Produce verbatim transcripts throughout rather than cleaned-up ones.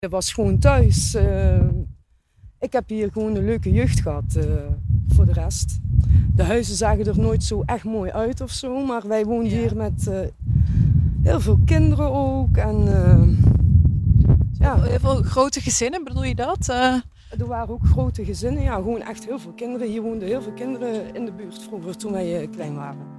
Het was gewoon thuis. Uh, ik heb hier gewoon een leuke jeugd gehad uh, voor de rest. De huizen zagen er nooit zo echt mooi uit of zo. Maar wij woonden ja. hier met uh, heel veel kinderen ook. En, uh, ja. Heel veel grote gezinnen, bedoel je dat? Uh... Er waren ook grote gezinnen. Ja, gewoon echt heel veel kinderen. Hier woonden heel veel kinderen in de buurt vroeger toen wij uh, klein waren.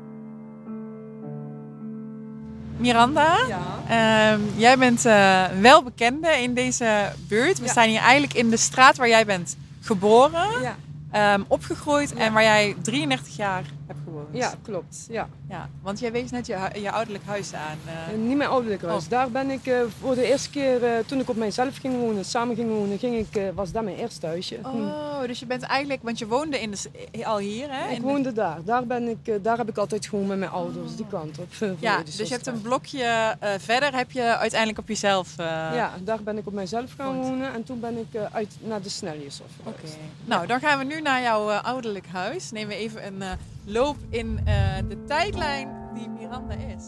Miranda, ja. um, jij bent uh, wel bekende in deze buurt. We ja. staan hier eigenlijk in de straat waar jij bent geboren, ja. um, opgegroeid ja. en waar jij drieëndertig jaar hebt gewoond. Ja, klopt. Ja. Ja, want jij wees net je, je ouderlijk huis aan. Uh... Uh, niet mijn ouderlijk huis. Oh. Daar ben ik uh, voor de eerste keer, uh, toen ik op mijzelf ging wonen, samen ging wonen, ging ik, uh, was dat mijn eerste huisje. Oh, hm. Dus je bent eigenlijk, want je woonde in de, al hier, hè? Ik woonde de... daar. Daar, ben ik, uh, daar heb ik altijd gewoon met mijn ouders, die kant op. Uh, ja, dus je hebt een blokje uh, verder, heb je uiteindelijk op jezelf... Uh... Ja, daar ben ik op mijzelf gaan Woont. wonen en toen ben ik uh, uit naar de Sneljes. Oké. Okay. Nou, dan gaan we nu naar jouw uh, ouderlijk huis. Nemen we even een... Uh, loop in uh, de tijdlijn die Miranda is.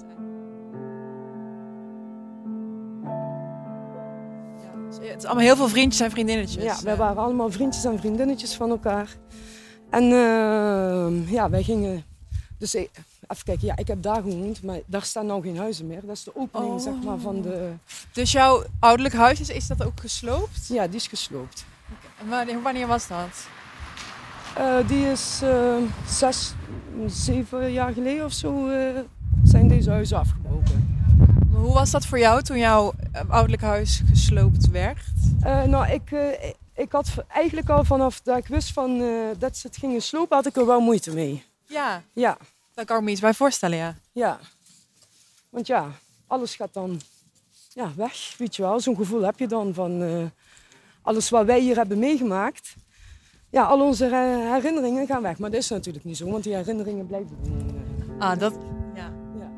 Ja, dus het is allemaal heel veel vriendjes en vriendinnetjes. Ja, wij waren allemaal vriendjes en vriendinnetjes van elkaar. En uh, ja, wij gingen... Dus even kijken, ja, ik heb daar gewoond, maar daar staan nou geen huizen meer. Dat is de opening, oh. zeg maar, van de... Dus jouw ouderlijk huis, is, is dat ook gesloopt? Ja, die is gesloopt. Okay. En wanneer, wanneer was dat? Uh, die is uh, zes, zeven jaar geleden of zo uh, zijn deze huizen afgebroken. Maar hoe was dat voor jou toen jouw ouderlijk huis gesloopt werd? Uh, nou, ik, uh, ik had eigenlijk al vanaf dat ik wist van, uh, dat ze het gingen slopen, had ik er wel moeite mee. Ja, ja. Daar kan ik me iets bij voorstellen, ja. Ja, want ja, alles gaat dan ja, weg, weet je wel. Zo'n gevoel heb je dan van uh, alles wat wij hier hebben meegemaakt. Ja, al onze herinneringen gaan weg. Maar dat is natuurlijk niet zo, want die herinneringen blijven gewoon. Ah, dat... Ja. ja.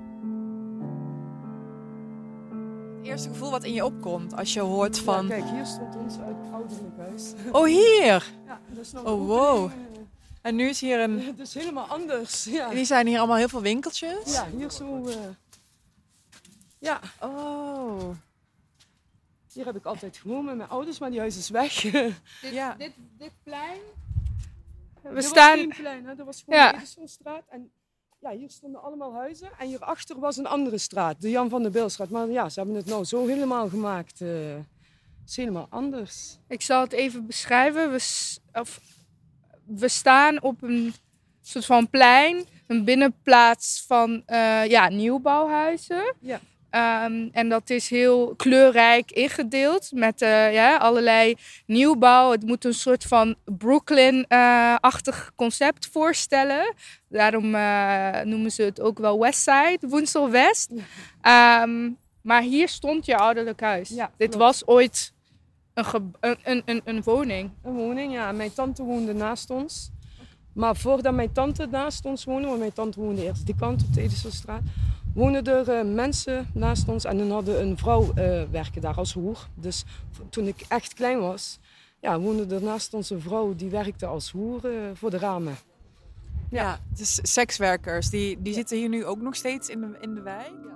Het eerste gevoel wat in je opkomt als je hoort van... Ja, kijk, hier stond ons ouderlijk huis. Oh, hier? Ja, dat is nog oh, wow. En nu is hier een... Ja, het is helemaal anders, ja. Die zijn hier allemaal heel veel winkeltjes? Ja, hier zo... Uh... Ja. Oh... Hier heb ik altijd gewoond met mijn ouders, maar die huis is weg. dit, ja. dit, dit plein? We dat staan... was geen plein, hè? Dat was gewoon ja. de Edisonstraat. En ja, hier stonden allemaal huizen. En hierachter was een andere straat, de Jan van der Beelstraat. Maar ja, ze hebben het nou zo helemaal gemaakt. Uh, het is helemaal anders. Ik zal het even beschrijven. We, of, we staan op een soort van plein. Een binnenplaats van uh, ja, nieuwbouwhuizen. Ja. Um, en dat is heel kleurrijk ingedeeld met uh, ja, allerlei nieuwbouw. Het moet een soort van Brooklyn-achtig concept voorstellen. Daarom uh, noemen ze het ook wel Westside, Woensel West. Um, maar hier stond je ouderlijk huis. Ja, Dit klopt. was ooit een, ge- een, een, een, een woning. Een woning, ja. Mijn tante woonde naast ons. Maar voordat mijn tante naast ons woonde, want mijn tante woonde eerst die kant op de Edisonstraat, woonden er uh, mensen naast ons en dan hadden een vrouw uh, werken daar als hoer. Dus toen ik echt klein was, ja, woonde er naast ons een vrouw die werkte als hoer uh, voor de ramen. Ja, ja, dus sekswerkers, die, die ja. zitten hier nu ook nog steeds in de, in de wijk. Ja.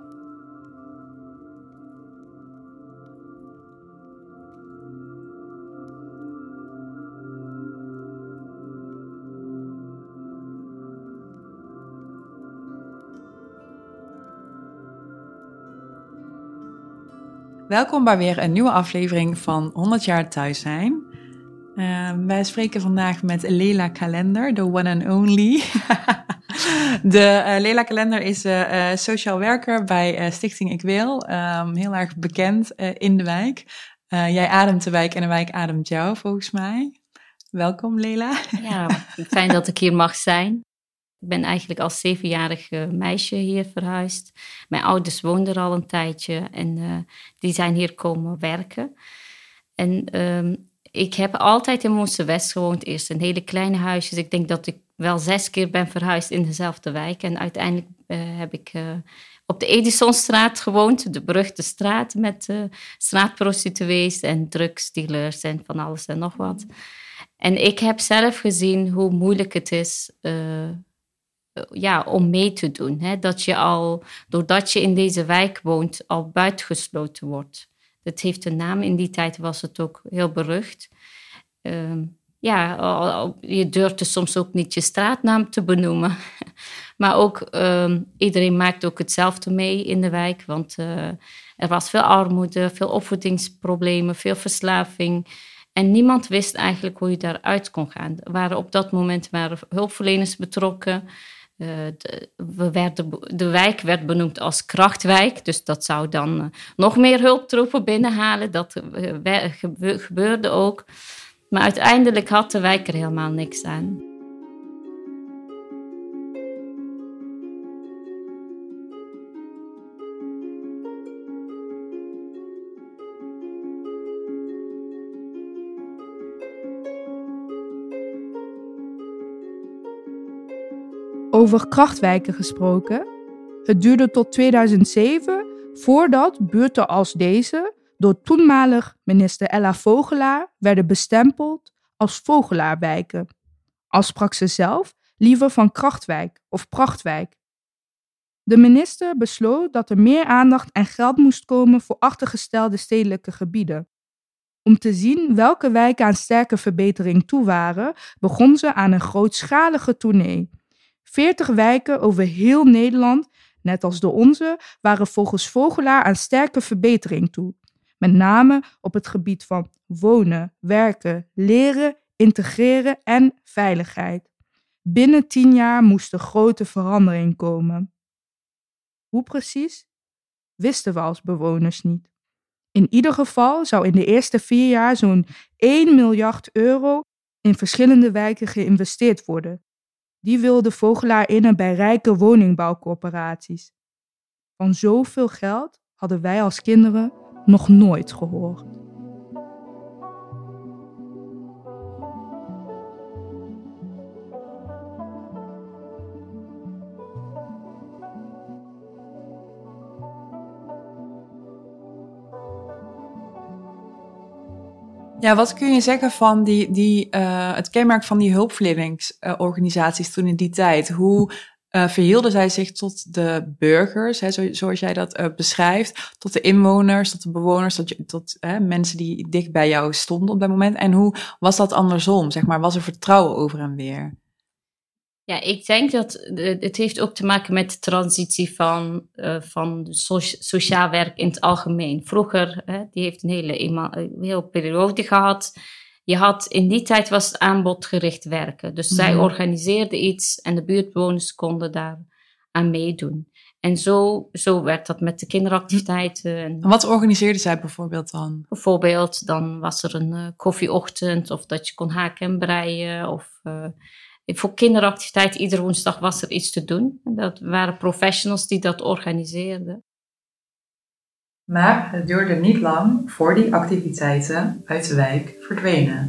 Welkom bij weer een nieuwe aflevering van honderd jaar thuis zijn. Uh, wij spreken vandaag met Leila Kalender, de one and only. de, uh, Leila Kalender is uh, uh, sociaal werker bij uh, Stichting Ik Wil. Um, heel erg bekend uh, in de wijk. Uh, jij ademt de wijk en de wijk ademt jou, volgens mij. Welkom, Leila. Ja, fijn dat ik hier mag zijn. Ik ben eigenlijk als zevenjarig meisje hier verhuisd. Mijn ouders woonden er al een tijdje en uh, die zijn hier komen werken. En um, ik heb altijd in Woensel-West gewoond. Eerst een hele kleine huisjes. Ik denk dat ik wel zes keer ben verhuisd in dezelfde wijk. En uiteindelijk uh, heb ik uh, op de Edisonstraat gewoond. De beruchte straat met uh, straatprostituees en drugsdealers en van alles en nog wat. En ik heb zelf gezien hoe moeilijk het is... Uh, Ja, om mee te doen. Hè? Dat je al, doordat je in deze wijk woont, al buitengesloten wordt. Dat heeft een naam. In die tijd was het ook heel berucht. Uh, ja, je durfde soms ook niet je straatnaam te benoemen. Maar ook, uh, iedereen maakte ook hetzelfde mee in de wijk. Want uh, er was veel armoede, veel opvoedingsproblemen, veel verslaving. En niemand wist eigenlijk hoe je daaruit kon gaan. Er waren op dat moment waren hulpverleners betrokken. Uh, de, we werden, de wijk werd benoemd als krachtwijk. Dus dat zou dan uh, nog meer hulptroepen binnenhalen. Dat uh, gebe- gebeurde ook. Maar uiteindelijk had de wijk er helemaal niks aan. Over krachtwijken gesproken. Het duurde tot tweeduizend zeven voordat buurten als deze door toenmalig minister Ella Vogelaar werden bestempeld als Vogelaarwijken. Al sprak ze zelf liever van krachtwijk of prachtwijk. De minister besloot dat er meer aandacht en geld moest komen voor achtergestelde stedelijke gebieden. Om te zien welke wijken aan sterke verbetering toe waren, begon ze aan een grootschalige tournee. veertig wijken over heel Nederland, net als de onze, waren volgens Vogelaar aan sterke verbetering toe. Met name op het gebied van wonen, werken, leren, integreren en veiligheid. Binnen tien jaar moest er grote verandering komen. Hoe precies? Wisten we als bewoners niet. In ieder geval zou in de eerste vier jaar zo'n één miljard euro in verschillende wijken geïnvesteerd worden. Die wilde Vogelaar innen bij rijke woningbouwcorporaties. Van zoveel geld hadden wij als kinderen nog nooit gehoord. Ja, wat kun je zeggen van die, die, uh, het kenmerk van die hulpverleningsorganisaties uh, toen in die tijd? Hoe uh, verhielden zij zich tot de burgers, hè, zo, zoals jij dat uh, beschrijft, tot de inwoners, tot de bewoners, tot, tot uh, mensen die dicht bij jou stonden op dat moment? En hoe was dat andersom? Zeg maar, was er vertrouwen over en weer? Ja, ik denk dat het heeft ook te maken met de transitie van, uh, van so- sociaal werk in het algemeen. Vroeger, hè, die heeft een hele, een hele periode gehad. Je had, in die tijd was het aanbodgericht werken. Dus mm-hmm. zij organiseerden iets en de buurtbewoners konden daar aan meedoen. En zo, zo werd dat met de kinderactiviteiten. En wat organiseerden zij bijvoorbeeld dan? Bijvoorbeeld, dan was er een uh, koffieochtend of dat je kon haken en breien of... Uh, Voor kinderactiviteit, iedere woensdag was er iets te doen. Dat waren professionals die dat organiseerden. Maar het duurde niet lang voor die activiteiten uit de wijk verdwenen.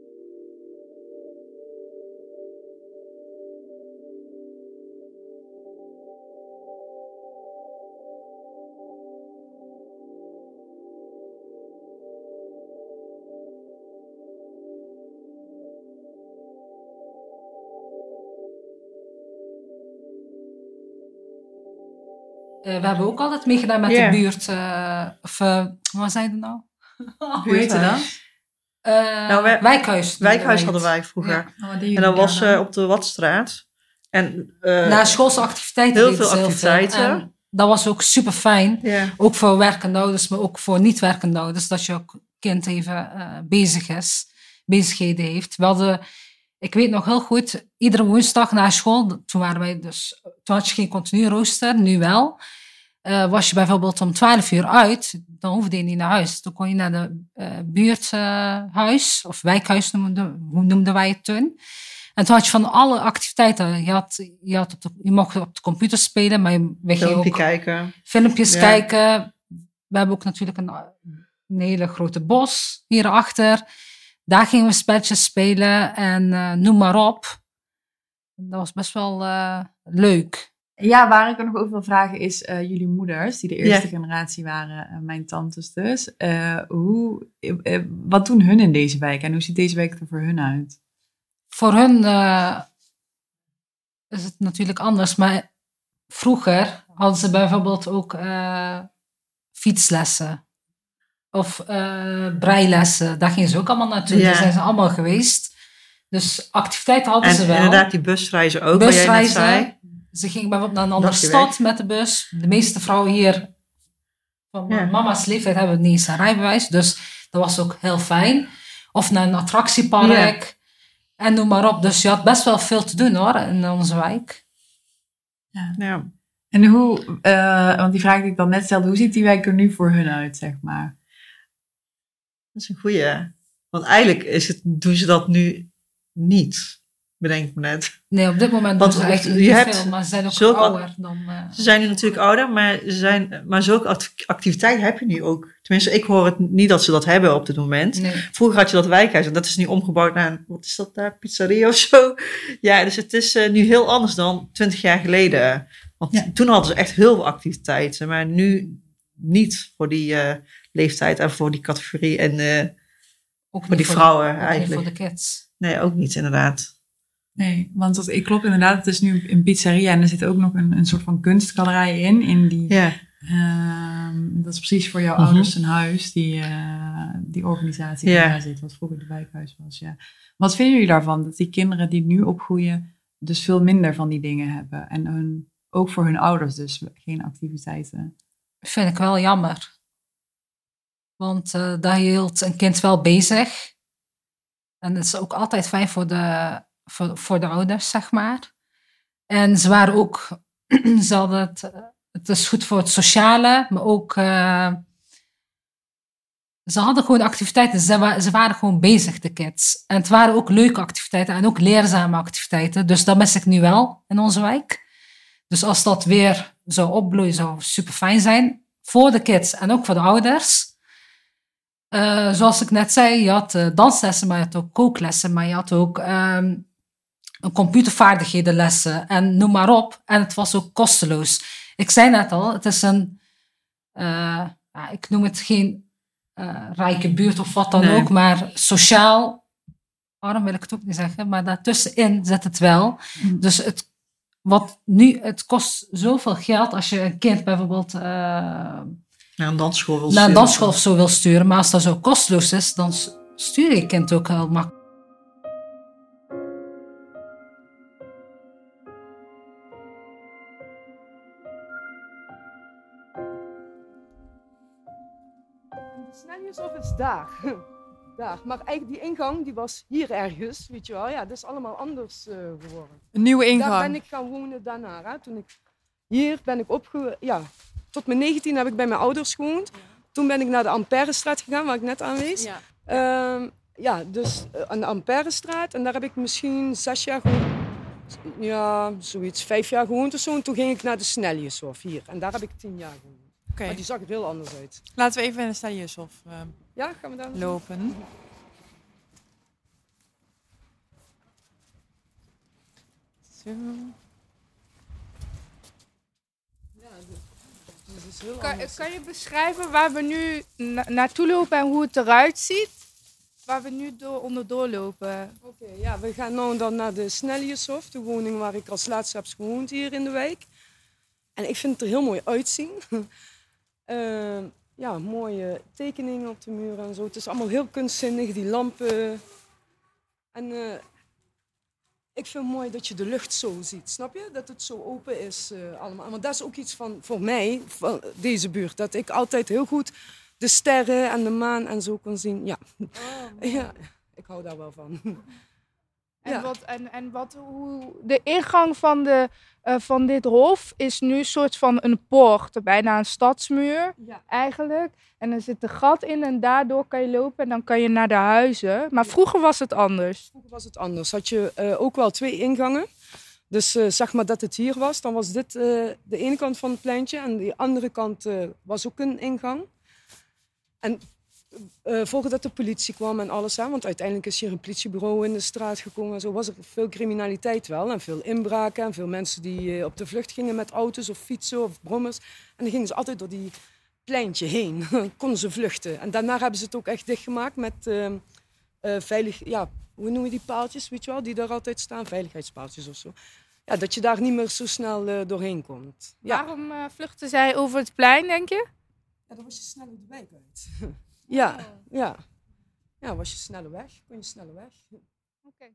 Uh, we hebben ook altijd meegedaan met yeah. de buurt. Uh, of, uh, wat zei je nou? Hoe heet het dan? Uh, nou, wij, wijkhuis. Wijkhuis hadden wij vroeger. Ja. Oh, en dat was uh, op de Watstraat. En, uh, Na schoolse activiteiten. Heel veel activiteiten. En dat was ook super fijn. Yeah. Ook voor werkende ouders, maar ook voor niet werkende ouders. Dat je ook kind even uh, bezig is. Bezigheden heeft. We hadden... Ik weet nog heel goed, iedere woensdag na school, toen waren wij dus, toen had je geen continu rooster, nu wel. Uh, was je bijvoorbeeld om twaalf uur uit, dan hoefde je niet naar huis. Dan kon je naar de uh, buurthuis, uh, of wijkhuis noemden, hoe noemden wij het toen. En toen had je van alle activiteiten, je, had, je, had op de, je mocht op de computer spelen, maar je ging ook kijken. filmpjes ja. kijken. We hebben ook natuurlijk een, een hele grote bos hierachter. Daar gingen we spelletjes spelen en uh, noem maar op. Dat was best wel uh, leuk. Ja, waar ik er nog over wil vragen is uh, jullie moeders, die de eerste ja. generatie waren, uh, mijn tantes dus. Uh, hoe, uh, wat doen hun in deze wijk en hoe ziet deze wijk er voor hun uit? Voor hun uh, is het natuurlijk anders, maar vroeger hadden ze bijvoorbeeld ook uh, fietslessen. Of uh, breilessen, daar gingen ze ook allemaal naartoe. Ja. Daar zijn ze allemaal geweest. Dus activiteiten hadden en, ze wel. En inderdaad, die busreizen ook, busreizen, waar jij net zei. Ze gingen bijvoorbeeld naar een andere stad met de bus. De meeste vrouwen hier van ja. mama's leeftijd hebben niet eens een rijbewijs. Dus dat was ook heel fijn. Of naar een attractiepark. Ja. En noem maar op. Dus je had best wel veel te doen hoor, in onze wijk. Ja. ja. En hoe, uh, want die vraag die ik dan net stelde, hoe ziet die wijk er nu voor hun uit, zeg maar? Dat is een goeie. Want eigenlijk is het, doen ze dat nu niet. Bedenk ik me net. Nee, op dit moment doen ze eigenlijk niet veel, maar ze zijn ook zulke, ouder dan... Uh, ze zijn nu natuurlijk ouder, maar, ze zijn, maar zulke activiteit heb je nu ook. Tenminste, ik hoor het niet dat ze dat hebben op dit moment. Nee. Vroeger had je dat wijkhuis en dat is nu omgebouwd naar een, wat is dat daar, pizzeria of zo. Ja, dus het is uh, nu heel anders dan twintig jaar geleden. Want ja. toen hadden ze echt heel veel activiteiten, maar nu niet voor die uh, leeftijd en voor die categorie en uh, ook voor die voor vrouwen de, eigenlijk. Ook niet voor de kids. Nee, ook niet inderdaad. Nee, want dat, ik klopt inderdaad, het is nu een pizzeria en er zit ook nog een, een soort van kunstgalerij in. in die, ja. uh, dat is precies voor jouw mm-hmm. ouders een huis, die, uh, die organisatie die ja. daar zit, wat vroeger de wijkhuis was. Ja. Wat vinden jullie daarvan, dat die kinderen die nu opgroeien dus veel minder van die dingen hebben? En hun, ook voor hun ouders dus geen activiteiten? Vind ik wel jammer. Want uh, daar hield een kind wel bezig. En het is ook altijd fijn voor de... Voor, voor de ouders, zeg maar. En ze waren ook... ze hadden het, het is goed voor het sociale, maar ook... Uh, ze hadden gewoon activiteiten. Ze, wa- ze waren gewoon bezig, de kids. En het waren ook leuke activiteiten en ook leerzame activiteiten. Dus dat mis ik nu wel in onze wijk. Dus als dat weer zou opbloeien, zou super fijn zijn. Voor de kids en ook voor de ouders. Uh, zoals ik net zei, je had uh, danslessen, maar je had ook kooklessen. Maar je had ook... Um, computervaardighedenlessen en noem maar op. En het was ook kosteloos. Ik zei net al, het is een... Uh, ja, ik noem het geen uh, rijke buurt of wat dan nee. ook, maar sociaal... Arm wil ik het ook niet zeggen, maar daartussenin zit het wel. Mm. Dus het, wat nu, het kost zoveel geld als je een kind bijvoorbeeld... Uh, naar een dansschool wil naar sturen. een dansschool of zo wil sturen. Maar als dat zo kosteloos is, dan stuur je kind ook heel makkelijk. Sneljeshof is daar. daar. Maar eigenlijk die ingang die was hier ergens, weet je wel. Ja, dat is allemaal anders uh, geworden. Een nieuwe ingang. Daar ben ik gaan wonen daarna. Hè. Toen ik hier ben ik opge... Ja, tot mijn negentien heb ik bij mijn ouders gewoond. Ja. Toen ben ik naar de Amperestraat gegaan, waar ik net aan wees. Ja, uh, ja dus uh, aan de Amperestraat. En daar heb ik misschien zes jaar gewoond. Ja, zoiets. Vijf jaar gewoond of zo. En toen ging ik naar de Sneljeshof hier. En daar heb ik tien jaar gewoond. Okay. Maar die zag er heel anders uit. Laten we even in de Sneljeshof uh, ja, gaan we daar lopen. Zo. Ja, dit is heel kan, anders. Kan je beschrijven waar we nu na- naartoe lopen en hoe het eruit ziet? Waar we nu door, onderdoor lopen. Oké, okay, ja, we gaan nu dan naar de Sneljeshof, de woning waar ik als laatste heb gewoond hier in de wijk. En ik vind het er heel mooi uitzien. Uh, ja, mooie tekeningen op de muren en zo. Het is allemaal heel kunstzinnig, die lampen. En uh, ik vind het mooi dat je de lucht zo ziet, snap je? Dat het zo open is uh, allemaal. Maar dat is ook iets van, voor mij, van deze buurt. Dat ik altijd heel goed de sterren en de maan en zo kon zien. Ja, oh, ja ik hou daar wel van. En, ja. wat, en, en wat, hoe, de ingang van, de, uh, van dit hof is nu een soort van een poort, bijna een stadsmuur ja. eigenlijk. En er zit een gat in en daardoor kan je lopen en dan kan je naar de huizen. Maar vroeger was het anders. Vroeger was het anders. Had je uh, ook wel twee ingangen. Dus uh, zeg maar dat het hier was, dan was dit uh, de ene kant van het pleintje en de andere kant uh, was ook een ingang. En Uh, voordat de politie kwam en alles, hè, want uiteindelijk is hier een politiebureau in de straat gekomen en zo, was er veel criminaliteit wel en veel inbraken en veel mensen die uh, op de vlucht gingen met auto's of fietsen of brommers. En dan gingen ze altijd door die pleintje heen, konden ze vluchten. En daarna hebben ze het ook echt dichtgemaakt met uh, uh, veilig, ja, hoe noem je die paaltjes, weet je wel, die daar altijd staan, veiligheidspaaltjes of zo. Ja, dat je daar niet meer zo snel uh, doorheen komt. Ja. Waarom uh, vluchten zij over het plein, denk je? Ja, dan was je sneller de wijk uit. Ja, ja. Ja, was je sneller weg, kon je sneller weg. Oké. Okay.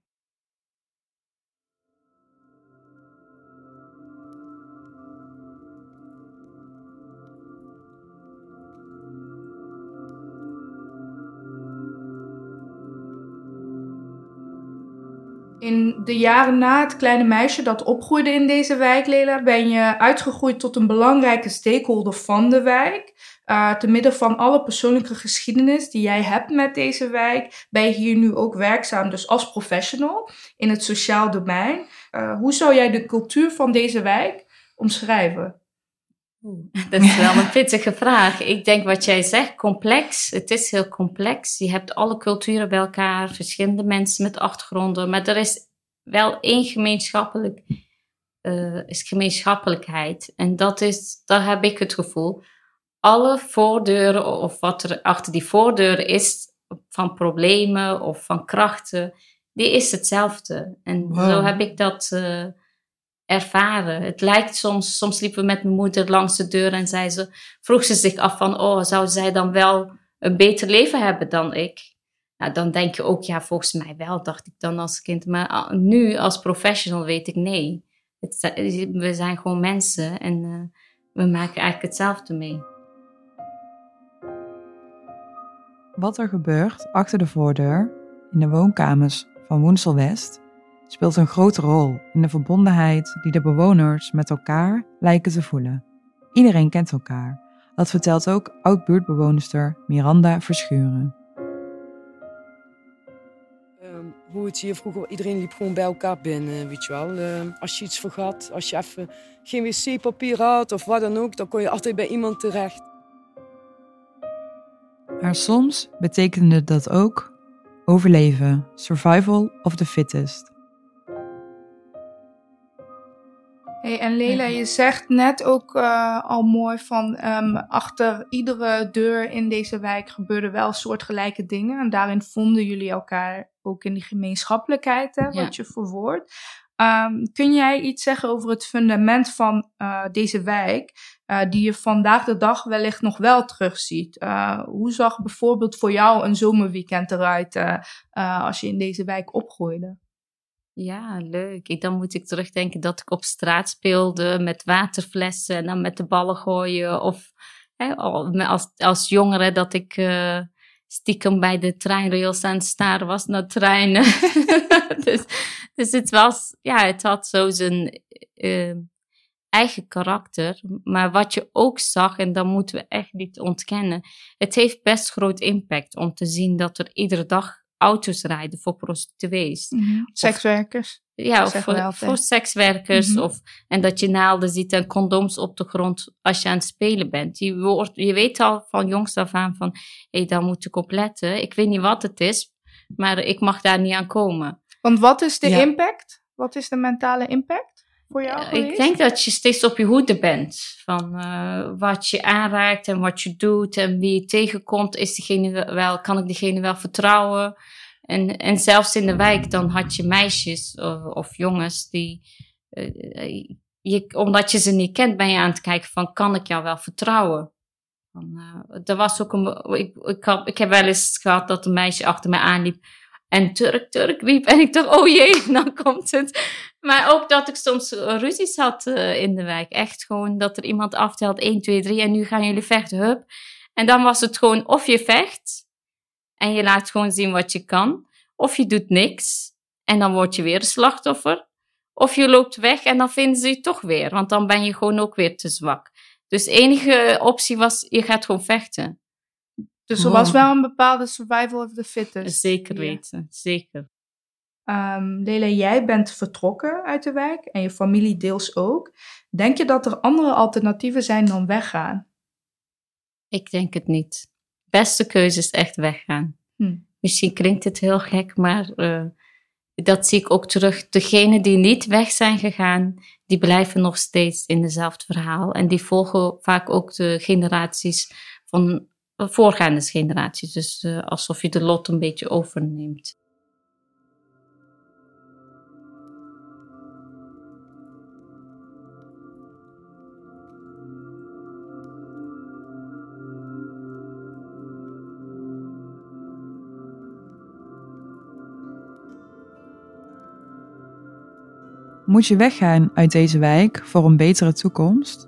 In de jaren na het kleine meisje dat opgroeide in deze wijk, Lela, ben je uitgegroeid tot een belangrijke stakeholder van de wijk. Uh, te midden van alle persoonlijke geschiedenis die jij hebt met deze wijk, ben je hier nu ook werkzaam, dus als professional in het sociaal domein. Uh, hoe zou jij de cultuur van deze wijk omschrijven? Oeh, dat is wel een pittige vraag. Ik denk wat jij zegt, complex. Het is heel complex. Je hebt alle culturen bij elkaar, verschillende mensen met achtergronden. Maar er is wel één gemeenschappelijk, uh, is gemeenschappelijkheid. En dat is, daar heb ik het gevoel. Alle voordeuren of wat er achter die voordeuren is, van problemen of van krachten, die is hetzelfde. En wow. Zo heb ik dat uh, ervaren. Het lijkt soms, soms liepen we met mijn moeder langs de deur en zei ze, vroeg ze zich af van, oh, zou zij dan wel een beter leven hebben dan ik? Nou, dan denk je ook, ja, volgens mij wel, dacht ik dan als kind. Maar nu als professional weet ik, nee. Het, we zijn gewoon mensen en uh, we maken eigenlijk hetzelfde mee. Wat er gebeurt achter de voordeur, in de woonkamers van Woensel West, speelt een grote rol in de verbondenheid die de bewoners met elkaar lijken te voelen. Iedereen kent elkaar. Dat vertelt ook oud-buurtbewoonster Miranda Verschuren. Um, hoe het hier vroeger, iedereen liep gewoon bij elkaar binnen, weet je wel. Um, als je iets vergat, als je even geen wc-papier had of wat dan ook, dan kon je altijd bij iemand terecht. Maar soms betekende dat ook overleven, survival of the fittest. Hey, en Lela, je zegt net ook uh, al mooi van um, achter iedere deur in deze wijk gebeurden wel soortgelijke dingen. En daarin vonden jullie elkaar ook in die gemeenschappelijkheid, hè, ja. Wat je verwoordt. Um, kun jij iets zeggen over het fundament van uh, deze wijk, uh, die je vandaag de dag wellicht nog wel terugziet? Uh, hoe zag bijvoorbeeld voor jou een zomerweekend eruit uh, uh, als je in deze wijk opgroeide? Ja, leuk. Dan moet ik terugdenken dat ik op straat speelde met waterflessen en dan met de ballen gooien. Of hè, als, als jongere dat ik uh, stiekem bij de treinrails aan het staren was naar treinen. dus, dus het was, ja, het had zo zijn uh, eigen karakter. Maar wat je ook zag, en dat moeten we echt niet ontkennen, het heeft best groot impact om te zien dat er iedere dag auto's rijden voor prostituees. Mm-hmm. Sekswerkers. Of, ja, of voor, voor sekswerkers. Mm-hmm. Of, en dat je naalden ziet en condooms op de grond als je aan het spelen bent. Je, wordt, je weet al van jongs af aan van, hé, hey, daar moet ik op letten. Ik weet niet wat het is, maar ik mag daar niet aan komen. Want wat is de ja. impact? Wat is de mentale impact voor jou uh, Ik denk dat je steeds op je hoede bent. Van uh, wat je aanraakt en wat je doet en wie je tegenkomt. Is diegene wel, kan ik diegene wel vertrouwen? En, en zelfs in de wijk, dan had je meisjes of, of jongens die, uh, je, omdat je ze niet kent, ben je aan het kijken van, kan ik jou wel vertrouwen? Van, uh, er was ook een, ik, ik, had, ik heb wel eens gehad dat een meisje achter mij aanliep en Turk, Turk riep. En ik dacht, oh jee, dan komt het. Maar ook dat ik soms ruzies had uh, in de wijk. Echt gewoon dat er iemand aftelt, één, twee, drie en nu gaan jullie vechten, hup. En dan was het gewoon of je vecht en je laat gewoon zien wat je kan. Of je doet niks en dan word je weer een slachtoffer. Of je loopt weg en dan vinden ze je toch weer. Want dan ben je gewoon ook weer te zwak. Dus de enige optie was, je gaat gewoon vechten. Dus er was wel een bepaalde survival of the fittest. Zeker weten, ja. Zeker. Um, Lela, jij bent vertrokken uit de wijk en je familie deels ook. Denk je dat er andere alternatieven zijn dan weggaan? Ik denk het niet. Beste keuze is echt weggaan. Hm. Misschien klinkt het heel gek, maar uh, dat zie ik ook terug. Degenen die niet weg zijn gegaan, die blijven nog steeds in dezelfde verhaal. En die volgen vaak ook de generaties van voorgaande generaties. Dus uh, alsof je de lot een beetje overneemt. Moet je weggaan uit deze wijk voor een betere toekomst?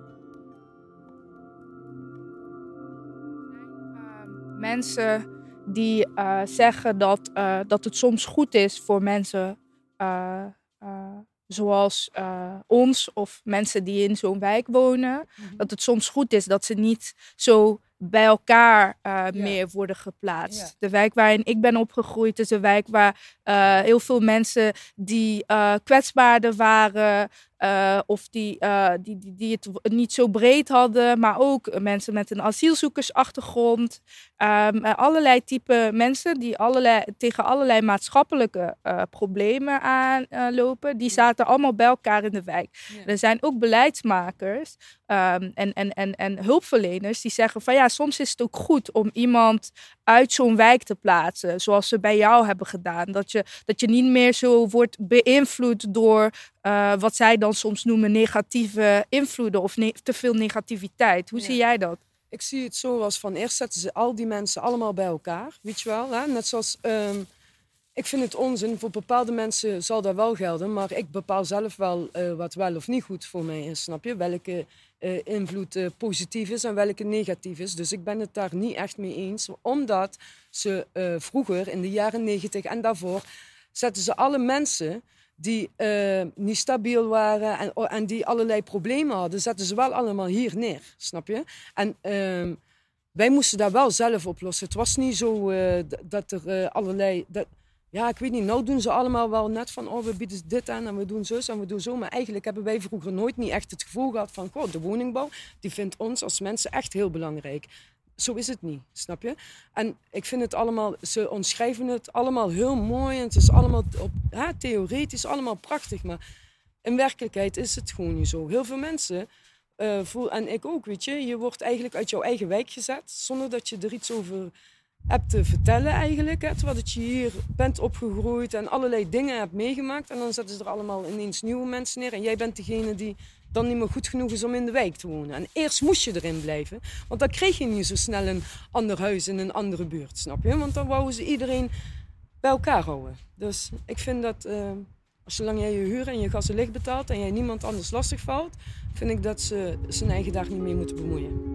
Uh, mensen die uh, zeggen dat, uh, dat het soms goed is voor mensen uh, uh, zoals uh, ons of mensen die in zo'n wijk wonen. Mm-hmm. Dat het soms goed is dat ze niet zo bij elkaar uh, ja. meer worden geplaatst. Ja. De wijk waarin ik ben opgegroeid is een wijk waar uh, heel veel mensen die uh, kwetsbaarder waren... Uh, of die, uh, die, die, die het niet zo breed hadden, maar ook mensen met een asielzoekersachtergrond. Um, allerlei type mensen die allerlei, tegen allerlei maatschappelijke uh, problemen aanlopen. Uh, die zaten allemaal bij elkaar in de wijk. Ja. Er zijn ook beleidsmakers um, en, en, en, en hulpverleners die zeggen van ja, soms is het ook goed om iemand uit zo'n wijk te plaatsen, zoals ze bij jou hebben gedaan. Dat je, dat je niet meer zo wordt beïnvloed door uh, wat zij dan soms noemen negatieve invloeden of ne- te veel negativiteit. Hoe ja. zie jij dat? Ik zie het zo als van eerst zetten ze al die mensen allemaal bij elkaar, weet je wel. Hè? Net zoals, um, ik vind het onzin, voor bepaalde mensen zal dat wel gelden, maar ik bepaal zelf wel uh, wat wel of niet goed voor mij is, snap je? Welke uh, invloed uh, positief is en welke negatief is. Dus ik ben het daar niet echt mee eens, omdat ze uh, vroeger in de jaren negentig en daarvoor zetten ze alle mensen die uh, niet stabiel waren en, en die allerlei problemen hadden, zetten ze wel allemaal hier neer, snap je? En uh, wij moesten dat wel zelf oplossen. Het was niet zo uh, d- dat er uh, allerlei... Dat, ja, ik weet niet, nou doen ze allemaal wel net van, oh, we bieden dit aan en we doen zo en we doen zo. Maar eigenlijk hebben wij vroeger nooit niet echt het gevoel gehad van, goh, de woningbouw, die vindt ons als mensen echt heel belangrijk. Zo is het niet, snap je? En ik vind het allemaal, ze omschrijven het allemaal heel mooi en het is allemaal op, ja, theoretisch allemaal prachtig, maar in werkelijkheid is het gewoon niet zo. Heel veel mensen, uh, voel, en ik ook, weet je, je wordt eigenlijk uit jouw eigen wijk gezet, zonder dat je er iets over hebt te vertellen eigenlijk, hè, terwijl dat je hier bent opgegroeid en allerlei dingen hebt meegemaakt en dan zetten ze er allemaal ineens nieuwe mensen neer en jij bent degene die dan niet meer goed genoeg is om in de wijk te wonen. En eerst moest je erin blijven, want dan kreeg je niet zo snel een ander huis in een andere buurt, snap je? Want dan wouden ze iedereen bij elkaar houden. Dus ik vind dat, uh, als zolang jij je huur en je gas en licht betaalt en jij niemand anders lastig valt, vind ik dat ze zijn eigen daar niet mee moeten bemoeien.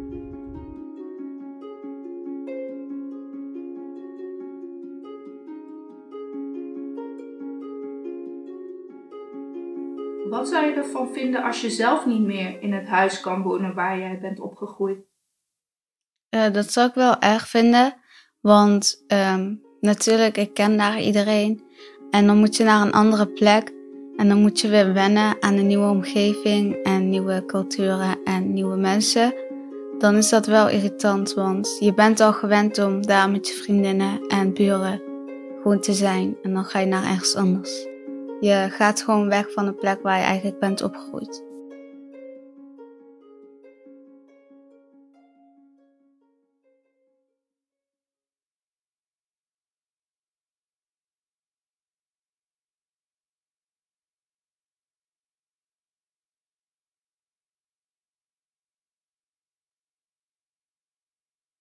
Wat zou je ervan vinden als je zelf niet meer in het huis kan wonen waar jij bent opgegroeid? Uh, dat zou ik wel erg vinden, want um, natuurlijk, ik ken daar iedereen. En dan moet je naar een andere plek en dan moet je weer wennen aan een nieuwe omgeving en nieuwe culturen en nieuwe mensen. Dan is dat wel irritant, want je bent al gewend om daar met je vriendinnen en buren gewoon te zijn. En dan ga je naar ergens anders. Je gaat gewoon weg van de plek waar je eigenlijk bent opgegroeid.